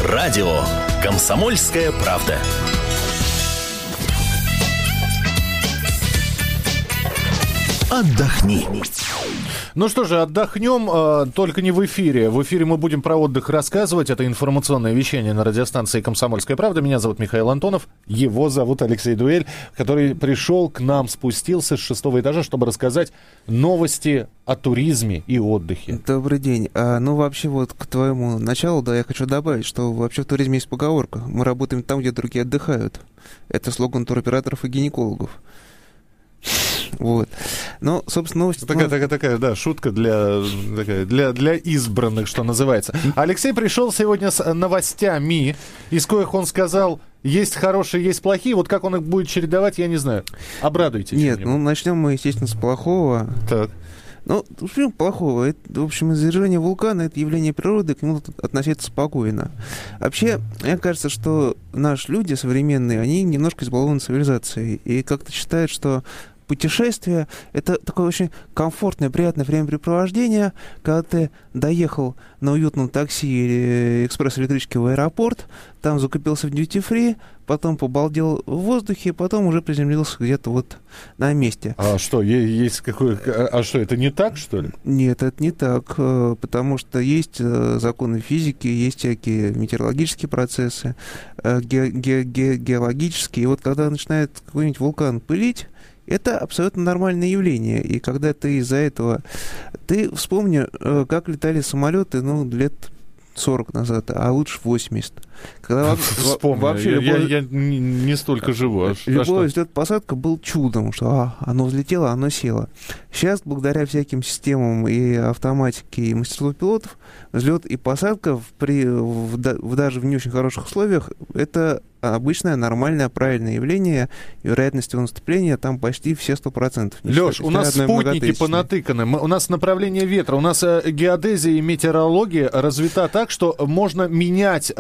Радио «Комсомольская правда». Отдохни. Ну что же, отдохнем, только не в эфире. В эфире мы будем про отдых рассказывать. Это информационное вещание на радиостанции «Комсомольская правда». Меня зовут Михаил Антонов, его зовут Алексей Дуэль, который пришел к нам, спустился с 6-го этажа, чтобы рассказать новости о туризме и отдыхе. Добрый день. Ну, вообще, вот к твоему началу, да, я хочу добавить, что вообще в туризме есть поговорка. Мы работаем там, где другие отдыхают. Это слоган туроператоров и гинекологов. Вот. Ну, собственно, новости... Такая, да, шутка для избранных, что называется. Алексей пришел сегодня с новостями, из коих он сказал, есть хорошие, есть плохие. Вот как он их будет чередовать, я не знаю. Обрадуйте. Нет, ну, начнем мы, естественно, с плохого. Так. Ну, почему плохого? Это, в общем, извержение вулкана — это явление природы, к нему относиться спокойно. Вообще, мне кажется, что наши люди современные, они немножко избалованы цивилизацией и как-то считают, что путешествие — это такое очень комфортное, приятное времяпрепровождение, когда ты доехал на уютном такси или экспресс-электричке в аэропорт, там закупился в дьюти-фри, потом побалдел в воздухе, потом уже приземлился где-то вот на месте. А что, есть какой... А что, это не так, что ли? Нет, это не так, потому что есть законы физики, есть всякие метеорологические процессы, геологические. И вот когда начинает какой-нибудь вулкан пылить, это абсолютно нормальное явление. И когда ты из-за этого... Ты вспомни, как летали самолеты, ну, лет 40 назад, а лучше 80. Когда вспомню, я не столько живу. Любая взлет-посадка был чудом, что оно взлетело, оно село. Сейчас, благодаря всяким системам и автоматике, и мастерству пилотов, взлет и посадка даже в не очень хороших условиях — это обычное, нормальное, правильное явление, и вероятность его наступления там почти все 100%. Лёш, у нас спутники понатыканы, у нас направление ветра, у нас геодезия и метеорология развита так, что можно менять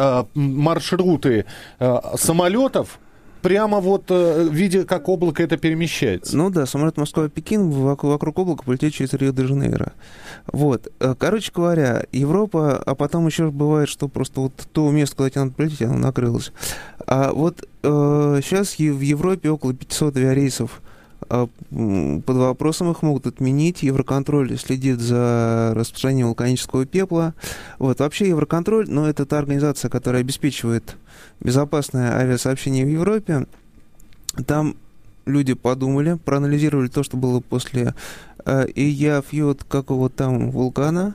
маршруты самолетов прямо вот видя, как облако это перемещается. Ну да, самолет Москва-Пекин вокруг облака полетит через Рио-де-Жанейро. Вот. Короче говоря, Европа, а потом еще бывает, что просто вот то место, куда тебе надо полететь, оно накрылось. А вот сейчас в Европе около 500 авиарейсов под вопросом, их могут отменить. Евроконтроль следит за распространением вулканического пепла. Вот. Вообще Евроконтроль, ну, это та организация, которая обеспечивает безопасное авиасообщение в Европе. Там люди подумали, проанализировали то, что было после Эйяфьот, какого там вулкана.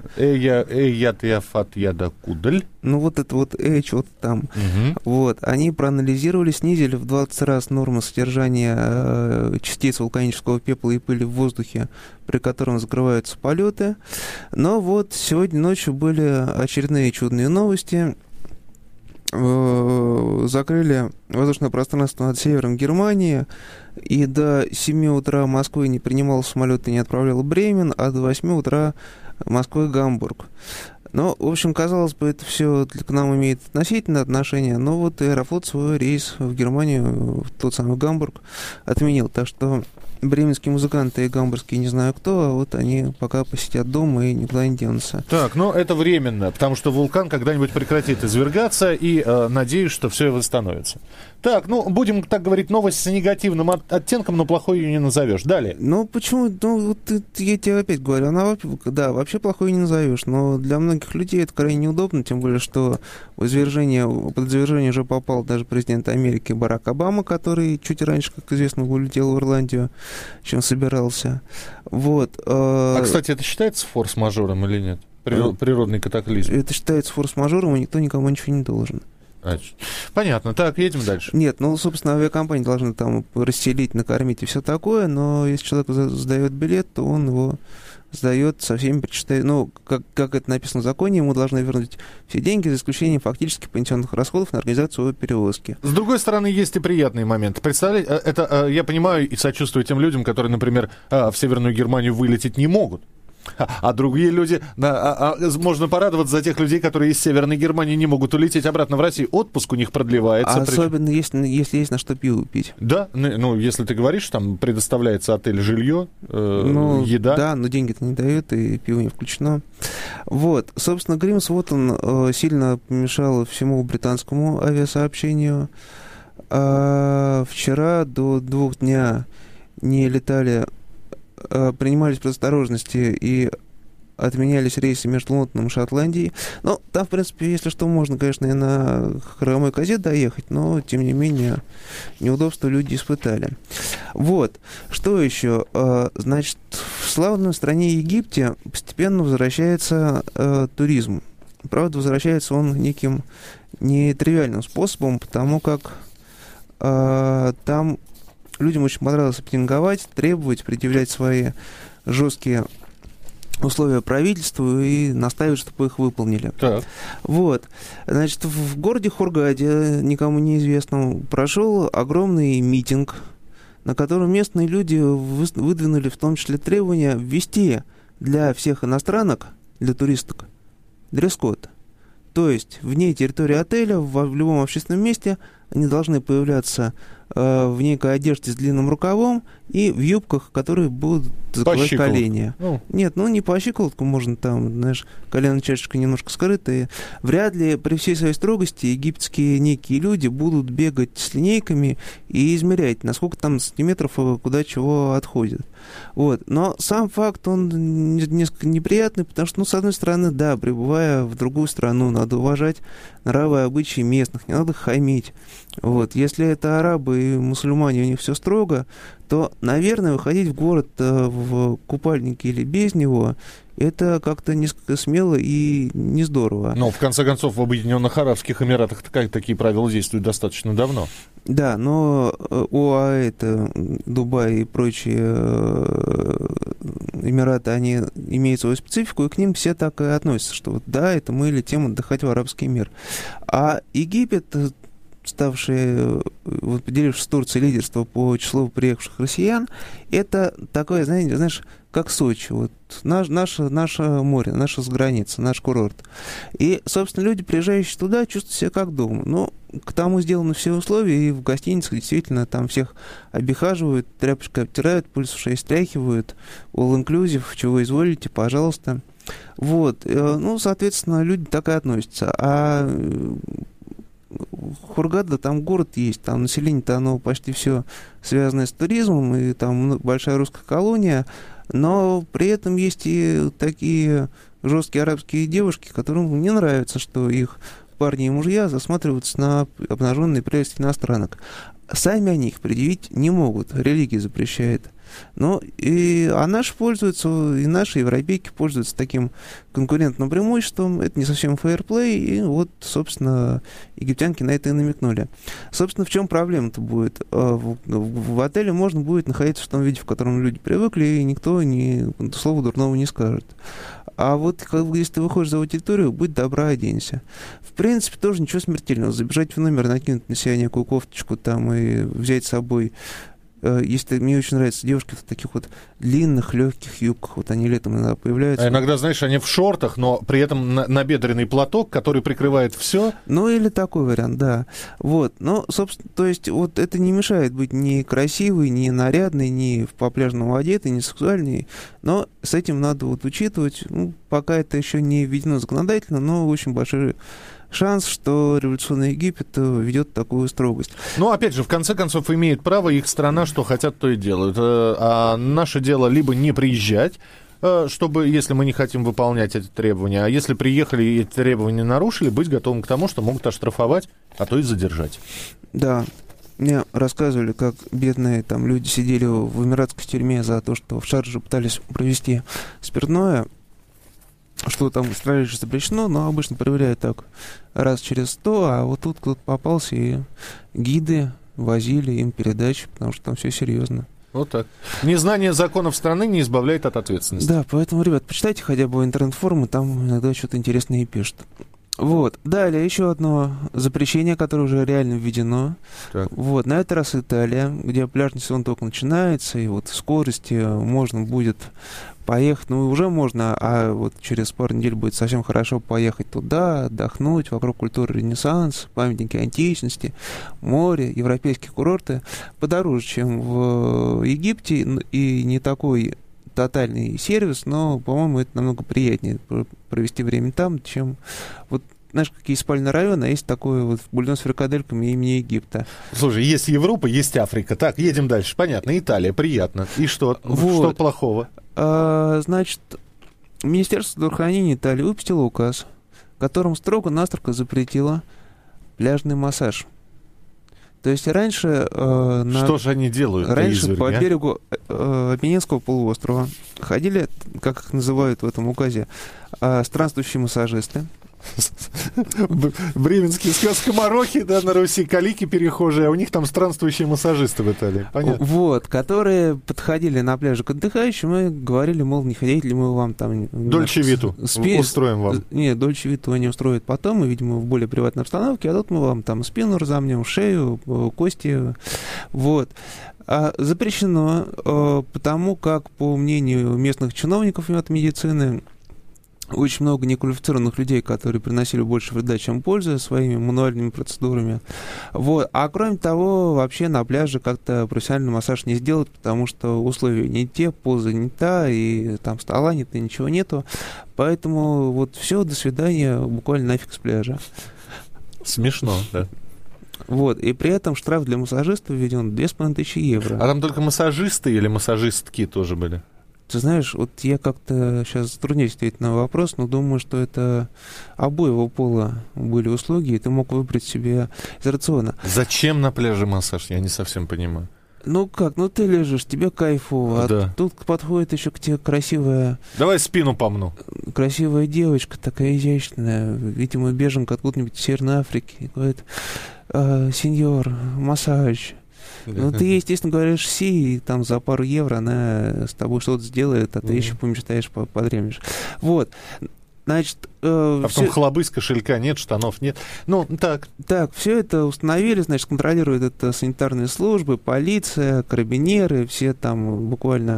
Эйят-Яфат-Яда-Кудль. Ну, вот это вот что-то там. Вот. Они проанализировали, снизили в 20 раз норму содержания частиц вулканического пепла и пыли в воздухе, при котором закрываются полеты. Но вот сегодня ночью были очередные чудные новости. Закрыли воздушное пространство над севером Германии, и до 7 утра Москвы не принимал самолеты и не отправлял Бремен, а до 8 утра Москвы Гамбург. Ну, в общем, казалось бы, это все к нам имеет относительное отношение, но вот Аэрофлот свой рейс в Германию, в тот самый Гамбург, отменил. Так что бременские музыканты и гамбургские не знаю кто, а вот они пока посидят дома и никуда не денутся. Так, но это временно, потому что вулкан когда-нибудь прекратит извергаться, и надеюсь, что все восстановится. Так, ну, будем так говорить, новость с негативным оттенком, но плохой ее не назовешь. Далее. Ну, почему? Ну, вот я тебе опять говорю, она, да, вообще плохой не назовешь, но для многих людей это крайне неудобно, тем более, что под извержение уже попал даже президент Америки Барак Обама, который чуть раньше, как известно, улетел в Ирландию, чем собирался. Вот. А, кстати, это считается форс-мажором или нет? Природный катаклизм. Это считается форс-мажором, и никто никому ничего не должен. Понятно. Так, едем дальше. Нет, ну, собственно, авиакомпании должны там расселить, накормить и все такое, но если человек сдает билет, то он его сдает со всеми причитает. Ну, как это написано в законе, ему должны вернуть все деньги, за исключением фактически понесенных расходов на организацию перевозки. С другой стороны, есть и приятные моменты. Представляете, это я понимаю и сочувствую тем людям, которые, например, в Северную Германию вылететь не могут. А другие люди... можно порадоваться за тех людей, которые из Северной Германии не могут улететь обратно в Россию. Отпуск у них продлевается. Особенно если есть на что пиво пить. Да, ну, если ты говоришь, там предоставляется отель, жилье, еда. Да, но деньги-то не дают, и пиво не включено. Вот, собственно, Гримс, вот он сильно помешал всему британскому авиасообщению. Вчера до 2 дня не летали, принимались предосторожности и отменялись рейсы между Лондоном и Шотландией. Ну, там, в принципе, если что, можно, конечно, и на хромой козе доехать, но, тем не менее, неудобства люди испытали. Вот. Что еще? Значит, в славной стране Египте постепенно возвращается туризм. Правда, возвращается он неким нетривиальным способом, потому как там людям очень понравилось оптинговать, требовать, предъявлять свои жесткие условия правительству и настаивать, чтобы их выполнили. Так. Вот. Значит, в городе Хургаде, никому неизвестном, прошел огромный митинг, на котором местные люди выдвинули в том числе требования ввести для всех иностранок, для туристок, дресс-код. То есть вне территории отеля, в любом общественном месте они должны появляться в некой одежде с длинным рукавом и в юбках, которые будут закрывать колени. Нет, не по щиколотку, можно там, знаешь, колено чашечка немножко скрытая. Вряд ли при всей своей строгости египетские некие люди будут бегать с линейками и измерять, насколько там сантиметров куда чего отходит. Вот. Но сам факт, он несколько неприятный, потому что, с одной стороны, да, прибывая в другую страну, надо уважать нравы и обычаи местных, не надо хамить. Вот. Если это арабы и мусульмане, у них все строго, то, наверное, выходить в город в купальнике или без него, это как-то несколько смело и не здорово. Но, в конце концов, в Объединенных Арабских Эмиратах такие правила действуют достаточно давно. Да, но ОАЭ, Дубай и прочие Эмираты, они имеют свою специфику, и к ним все так и относятся, что вот да, это мы летим отдыхать в арабский мир. А Египет, ставший, поделившись с Турцией лидерство по числу приехавших россиян, это такое, знаешь, как Сочи, вот наше море, наша граница, наш курорт. И, собственно, люди, приезжающие туда, чувствуют себя как дома. Но к тому сделаны все условия, и в гостиницах действительно там всех обихаживают, тряпочкой обтирают, пыль с ушей стряхивают, all-inclusive, чего изволите, пожалуйста. Вот, соответственно, люди так и относятся. А Хургада, там город есть, там население-то оно почти все связано с туризмом, и там большая русская колония, но при этом есть и такие жесткие арабские девушки, которым не нравится, что их парни и мужья засматриваются на обнаженные прелести иностранок. Сами они их предъявить не могут, религия запрещает. А наши пользуются, и наши европейки пользуются таким конкурентным преимуществом. Это не совсем фейерплей, и вот, собственно, египтянки на это и намекнули. Собственно, в чем проблема-то будет? В отеле можно будет находиться в том виде, в котором люди привыкли, и никто ни слова дурного не скажет. А вот если ты выходишь за его территорию, будь добра, оденься. В принципе, тоже ничего смертельного. Забежать в номер, накинуть на себя некую кофточку там и взять с собой. Если мне очень нравятся девушки в таких вот длинных, легких юбках, вот они летом иногда появляются. А иногда, знаешь, они в шортах, но при этом набедренный платок, который прикрывает все. Или такой вариант, да. Вот, собственно, то есть вот это не мешает быть ни красивой, ни нарядной, ни по-пляжному одетой, ни сексуальной, но с этим надо вот учитывать. Пока это еще не введено законодательно, но очень большой шанс, что революционный Египет ведет такую строгость. Опять же, в конце концов, имеет право их страна, что хотят, то и делают. А наше дело либо не приезжать, чтобы, если мы не хотим выполнять эти требования, а если приехали и эти требования нарушили, быть готовым к тому, что могут оштрафовать, а то и задержать. Да. Мне рассказывали, как бедные там люди сидели в эмиратской тюрьме за то, что в Шарже пытались провести спиртное, что там в стране же запрещено, но обычно проверяют так раз через 100, а вот тут кто-то попался, и гиды возили им передачи, потому что там все серьезно. Вот так. Незнание законов страны не избавляет от ответственности. Да, поэтому, ребят, почитайте хотя бы интернет-форумы, там иногда что-то интересное и пишут. Вот. Далее еще одно запрещение, которое уже реально введено. Так. Вот. На этот раз Италия, где пляжный сезон только начинается, и вот в скорости можно будет поехать, ну, уже можно, а вот через пару недель будет совсем хорошо поехать туда, отдохнуть, вокруг культуры Ренессанс, памятники античности, море, европейские курорты подороже, чем в Египте, и не такой тотальный сервис, но, по-моему, это намного приятнее провести время там, чем вот, знаешь, какие спальные районы, а есть такое вот бульон с фрикадельками имени Египта. Слушай, есть Европа, есть Африка. Так, едем дальше. Понятно, Италия, приятно. И что? Вот. Что плохого? Значит, Министерство здравоохранения Италии выпустило указ, которым строго-настрого запретило пляжный массаж. То есть раньше... Что же они делают? Раньше по берегу Апеннинского полуострова ходили, как их называют в этом указе, странствующие массажисты. Бременские скоморохи, да, на Руси, калики перехожие, а у них там странствующие массажисты в Италии. Понятно. Вот, которые подходили на пляже к отдыхающим и говорили, мол, не хотите ли мы вам там... Дольче Виту устроим вам. Нет, Дольче Виту они устроят потом, и, видимо, в более приватной обстановке, а тут мы вам там спину разомнем, шею, кости, вот. Запрещено, потому как, по мнению местных чиновников медицины, очень много неквалифицированных людей, которые приносили больше вреда, чем пользы своими мануальными процедурами. Вот. А кроме того, вообще на пляже как-то профессиональный массаж не сделать, потому что условия не те, поза не та, и там стола нет, и ничего нету. Поэтому вот все, до свидания, буквально нафиг с пляжа. Смешно, да. Вот, и при этом штраф для массажистов введен 2500 евро. А там только массажисты или массажистки тоже были? Ты знаешь, вот я как-то сейчас затрудняюсь ответить на вопрос, но думаю, что это обоего пола были услуги, и ты мог выбрать себе из рациона. Зачем на пляже массаж? Я не совсем понимаю. Ну как, ну ты лежишь, тебе кайфово, да. А тут подходит еще к тебе красивая... Давай спину помну. Красивая девочка, такая изящная, видимо, беженка откуда-нибудь из Северной Африки, и говорит, сеньор, массаж. Ну, ты, естественно, говоришь «си», и там за пару евро она с тобой что-то сделает, а ты еще помечтаешь, подремлешь. Вот. Значит, а потом хлобы с кошелька нет, штанов нет. Ну, так. Так, все это установили, значит, контролируют это санитарные службы, полиция, карабинеры, все там буквально,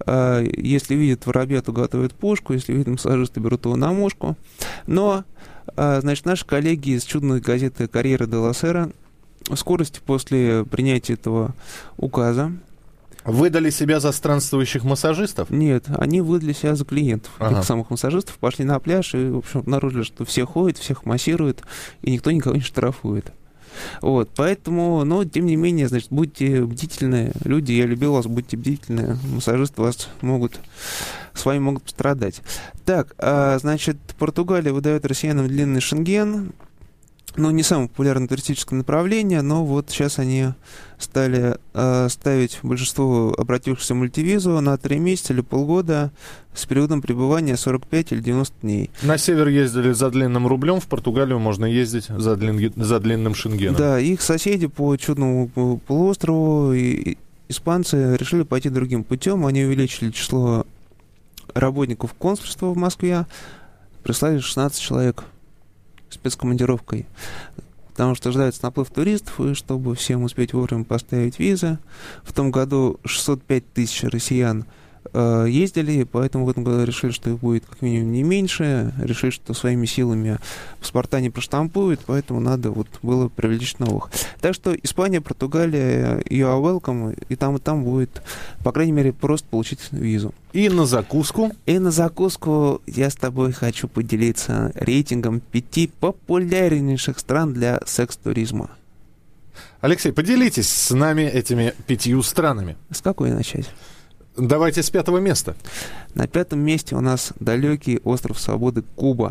если видят воробья, то готовят пушку, если видят массажиста, берут его на мушку. Но, значит, наши коллеги из чудной газеты «Карьера де ла Сера» в скорости после принятия этого указа выдали себя за странствующих массажистов? Нет, они выдали себя за клиентов. Этих самых массажистов пошли на пляж и, в общем, обнаружили, что все ходят, всех массируют, и никто никого не штрафует. Вот, поэтому, но, тем не менее, значит, будьте бдительны. Люди, я любил вас, будьте бдительны. Массажисты вас могут, с вами могут пострадать. Так, значит, Португалия выдает россиянам длинный Шенген. Ну, не самое популярное туристическое направление, но вот сейчас они стали ставить большинство обратившихся в мультивизу на 3 месяца или полгода с периодом пребывания 45 или 90 дней. На север ездили за длинным рублем, в Португалию можно ездить за длинным Шенгеном. Да, их соседи по чудному полуострову, испанцы, решили пойти другим путем. Они увеличили число работников консульства в Москве, прислали 16 человек спецкомандировкой, потому что ожидается наплыв туристов, и чтобы всем успеть вовремя поставить визы. В том году 605 тысяч россиян ездили, поэтому в этом году решили, что их будет как минимум не меньше, решили, что своими силами паспорта не проштампуют, поэтому надо вот было привлечь новых. Так что Испания, Португалия, you are welcome, и там будет, по крайней мере, просто получить визу. И на закуску? И на закуску я с тобой хочу поделиться рейтингом 5 популярнейших стран для секс-туризма. Алексей, поделитесь с нами этими 5 странами. С какой начать? Давайте с 5 места. На 5 месте у нас далекий остров Свободы Куба,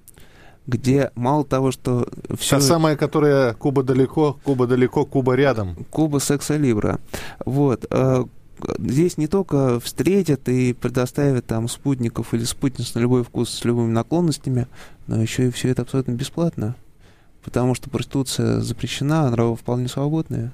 где мало того, что... Та самая, которая Куба далеко, Куба рядом. Куба секса-либра. Вот. Здесь не только встретят и предоставят там спутников или спутниц на любой вкус с любыми наклонностями, но еще и все это абсолютно бесплатно, потому что проституция запрещена, а нравы вполне свободные.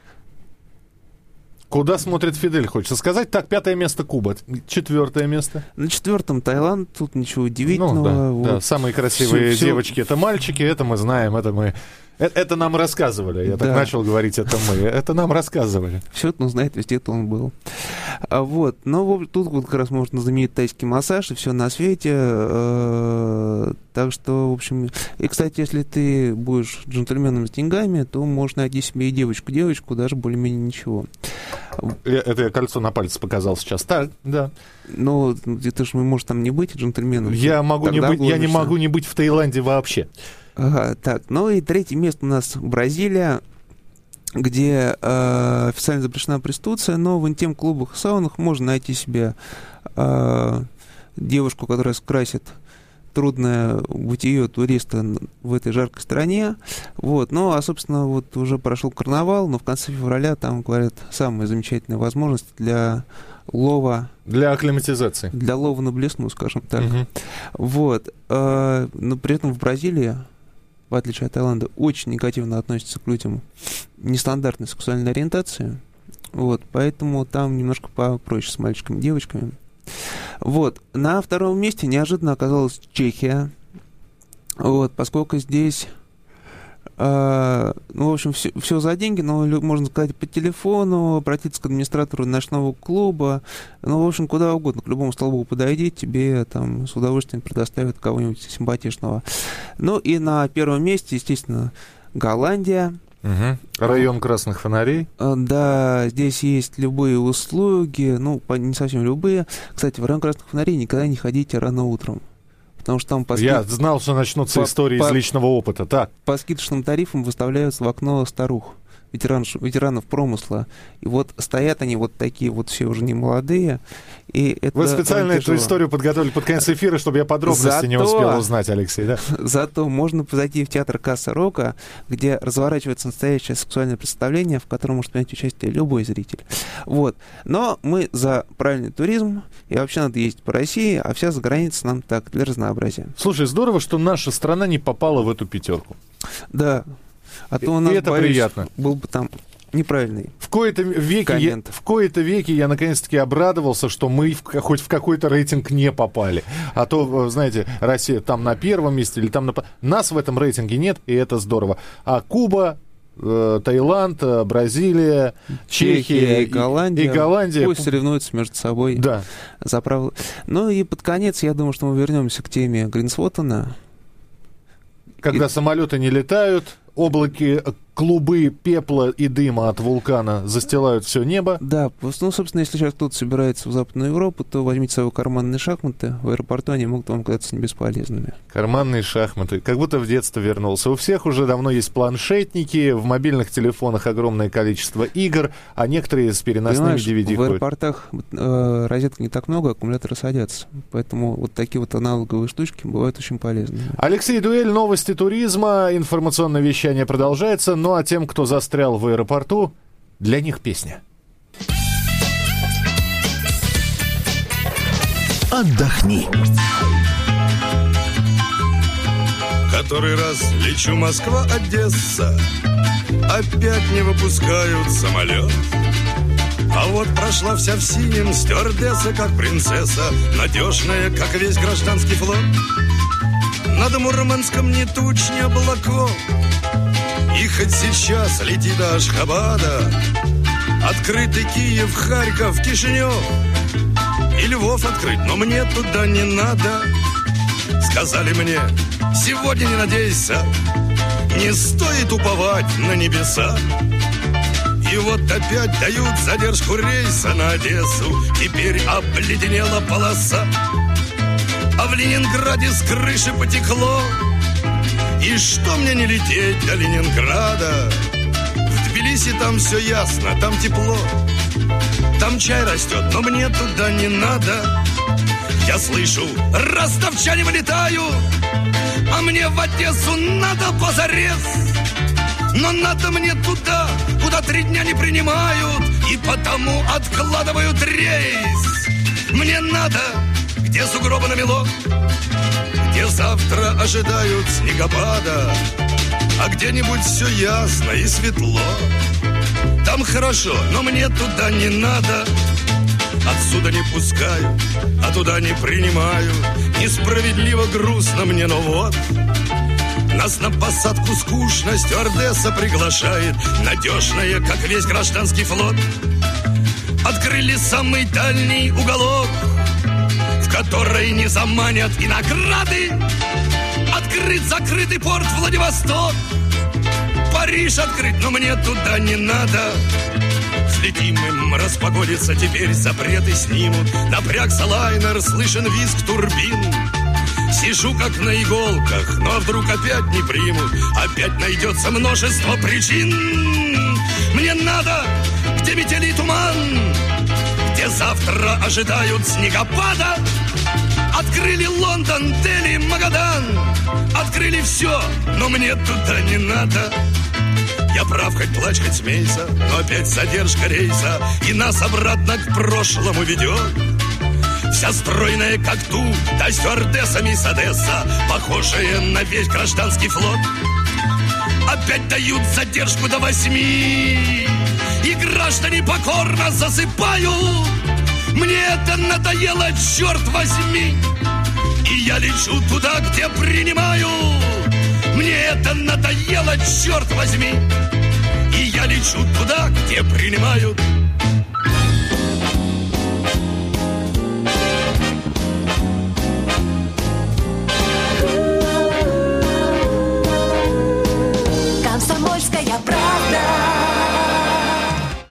Куда смотрит Фидель, хочется сказать. Так, 5 место Куба. 4 место. На 4 Таиланд, тут ничего удивительного. Ну, да, вот. да. Самые красивые девочки — это мальчики, это мы знаем, это мы Это нам рассказывали. Я так начал говорить, это мы. Это нам рассказывали. Все это он знает, везде-то он был. Вот. Но тут вот как раз можно заменить тайский массаж, и все на свете. Так что, в общем... И, кстати, если ты будешь джентльменом с деньгами, то можешь найти себе и девочку, даже более-менее ничего. Это я кольцо на пальце показал сейчас. Так, да. Ну, ты же можешь там не быть джентльменом. Я не могу не быть в Таиланде вообще. Ага, так, ну и третье место у нас Бразилия, где официально запрещена проституция, но в интим-клубах и саунах можно найти себе девушку, которая скрасит трудное бытие туриста в этой жаркой стране. Вот. Ну, а, собственно, вот уже прошел карнавал, но в конце февраля там, говорят, самая замечательная возможность для лова. Для акклиматизации. Для лова на блесну, скажем так. Вот. Но при этом в Бразилии, в отличие от Таиланда, очень негативно относятся к людям нестандартной сексуальной ориентации. Вот. Поэтому там немножко попроще с мальчиками и девочками. Вот. На втором месте неожиданно оказалась Чехия. Вот. Поскольку здесь... ну, в общем, все за деньги, но, можно сказать, по телефону, обратиться к администратору ночного клуба, ну, в общем, куда угодно, к любому столбу подойди, тебе там с удовольствием предоставят кого-нибудь симпатичного. Ну, и на первом месте, естественно, Голландия. Район красных фонарей. Да, здесь есть любые услуги, ну, не совсем любые. Кстати, в район красных фонарей никогда не ходите рано утром. Потому что там Я знал, что начнутся истории из личного опыта. Так. По скидочным тарифам выставляются в окно старух, ветеранов промысла. И вот стоят они вот такие вот все уже не молодые. И это Вы специально эту историю подготовили под конец эфира, чтобы я подробности не успел узнать, Алексей, да? Зато можно зайти в театр Касса Рока, где разворачивается настоящее сексуальное представление, в котором может принять участие любой зритель. Вот. Но мы за правильный туризм, и вообще надо ездить по России, а вся заграница нам так, для разнообразия. Слушай, здорово, что наша страна не попала в эту пятерку. Да. А то у нас, это боюсь, приятно. Был бы там неправильный в кои-то веке я наконец-таки обрадовался, что мы хоть в какой-то рейтинг не попали. А то, знаете, Россия там на первом месте или там на... Нас в этом рейтинге нет, и это здорово. А Куба, Таиланд, Бразилия, Чехия и Голландия пусть соревнуются между собой. Да. За право. Ну и под конец, я думаю, что мы вернемся к теме Гринсвоттена. Когда самолеты не летают, облаки, клубы пепла и дыма от вулкана застилают все небо. Да, ну, собственно, если сейчас кто-то собирается в Западную Европу, то возьмите с собой карманные шахматы. В аэропорту они могут вам казаться бесполезными. Карманные шахматы. Как будто в детство вернулся. У всех уже давно есть планшетники, в мобильных телефонах огромное количество игр, а некоторые с переносными DVD в аэропортах розеток не так много, аккумуляторы садятся. Поэтому вот такие вот аналоговые штучки бывают очень полезными. Алексей Дуэль, новости туризма, информационное вещание продолжается. Ну а тем, кто застрял в аэропорту, для них песня. Отдохни. Который раз лечу Москва-Одесса, опять не выпускают самолет. А вот прошла вся в синем стюардесса, как принцесса, надежная, как весь гражданский флот. Над Мурманском ни туч, ни облаков, и хоть сейчас лети до Ашхабада, открытый Киев, Харьков, Кишинев и Львов открыть, но мне туда не надо. Сказали мне, сегодня не надейся, не стоит уповать на небеса. И вот опять дают задержку рейса на Одессу, теперь обледенела полоса. А в Ленинграде с крыши потекло. И что мне не лететь до Ленинграда? В Тбилиси там все ясно, там тепло, там чай растет, но мне туда не надо. Я слышу, ростовчане вылетают, а мне в Одессу надо позарез. Но надо мне туда, куда 3 дня не принимают, и потому откладывают рейс. Мне надо, где сугробы намело, где завтра ожидают снегопада, а где-нибудь все ясно и светло. Там хорошо, но мне туда не надо. Отсюда не пускаю, а туда не принимаю. Несправедливо грустно мне, но вот Нас на посадку скучно стюардесса приглашает, надежная, как весь гражданский флот. Открыли самый дальний уголок, в который не заманят и награды. Открыт закрытый порт Владивосток. Париж открыт, но мне туда не надо. Взлетим им, распогодится, теперь запреты снимут. Напрягся лайнер, слышен визг турбин. Сижу как на иголках, но вдруг опять не примут. Опять найдется множество причин. Мне надо, где метели и туман, где завтра ожидают снегопада. Открыли Лондон, Дели, Магадан. Открыли все, но мне туда не надо. Я прав, хоть плачь, хоть смейся, но опять задержка рейса, и нас обратно к прошлому ведет. Вся стройная, как ту, да стюардесса мисс Одесса, похожая на весь гражданский флот. Опять дают задержку до 8, и граждане покорно засыпают. Мне это надоело, черт возьми, и я лечу туда, где принимаю. Мне это надоело, черт возьми, и я лечу туда, где принимают. Комсомольская правда.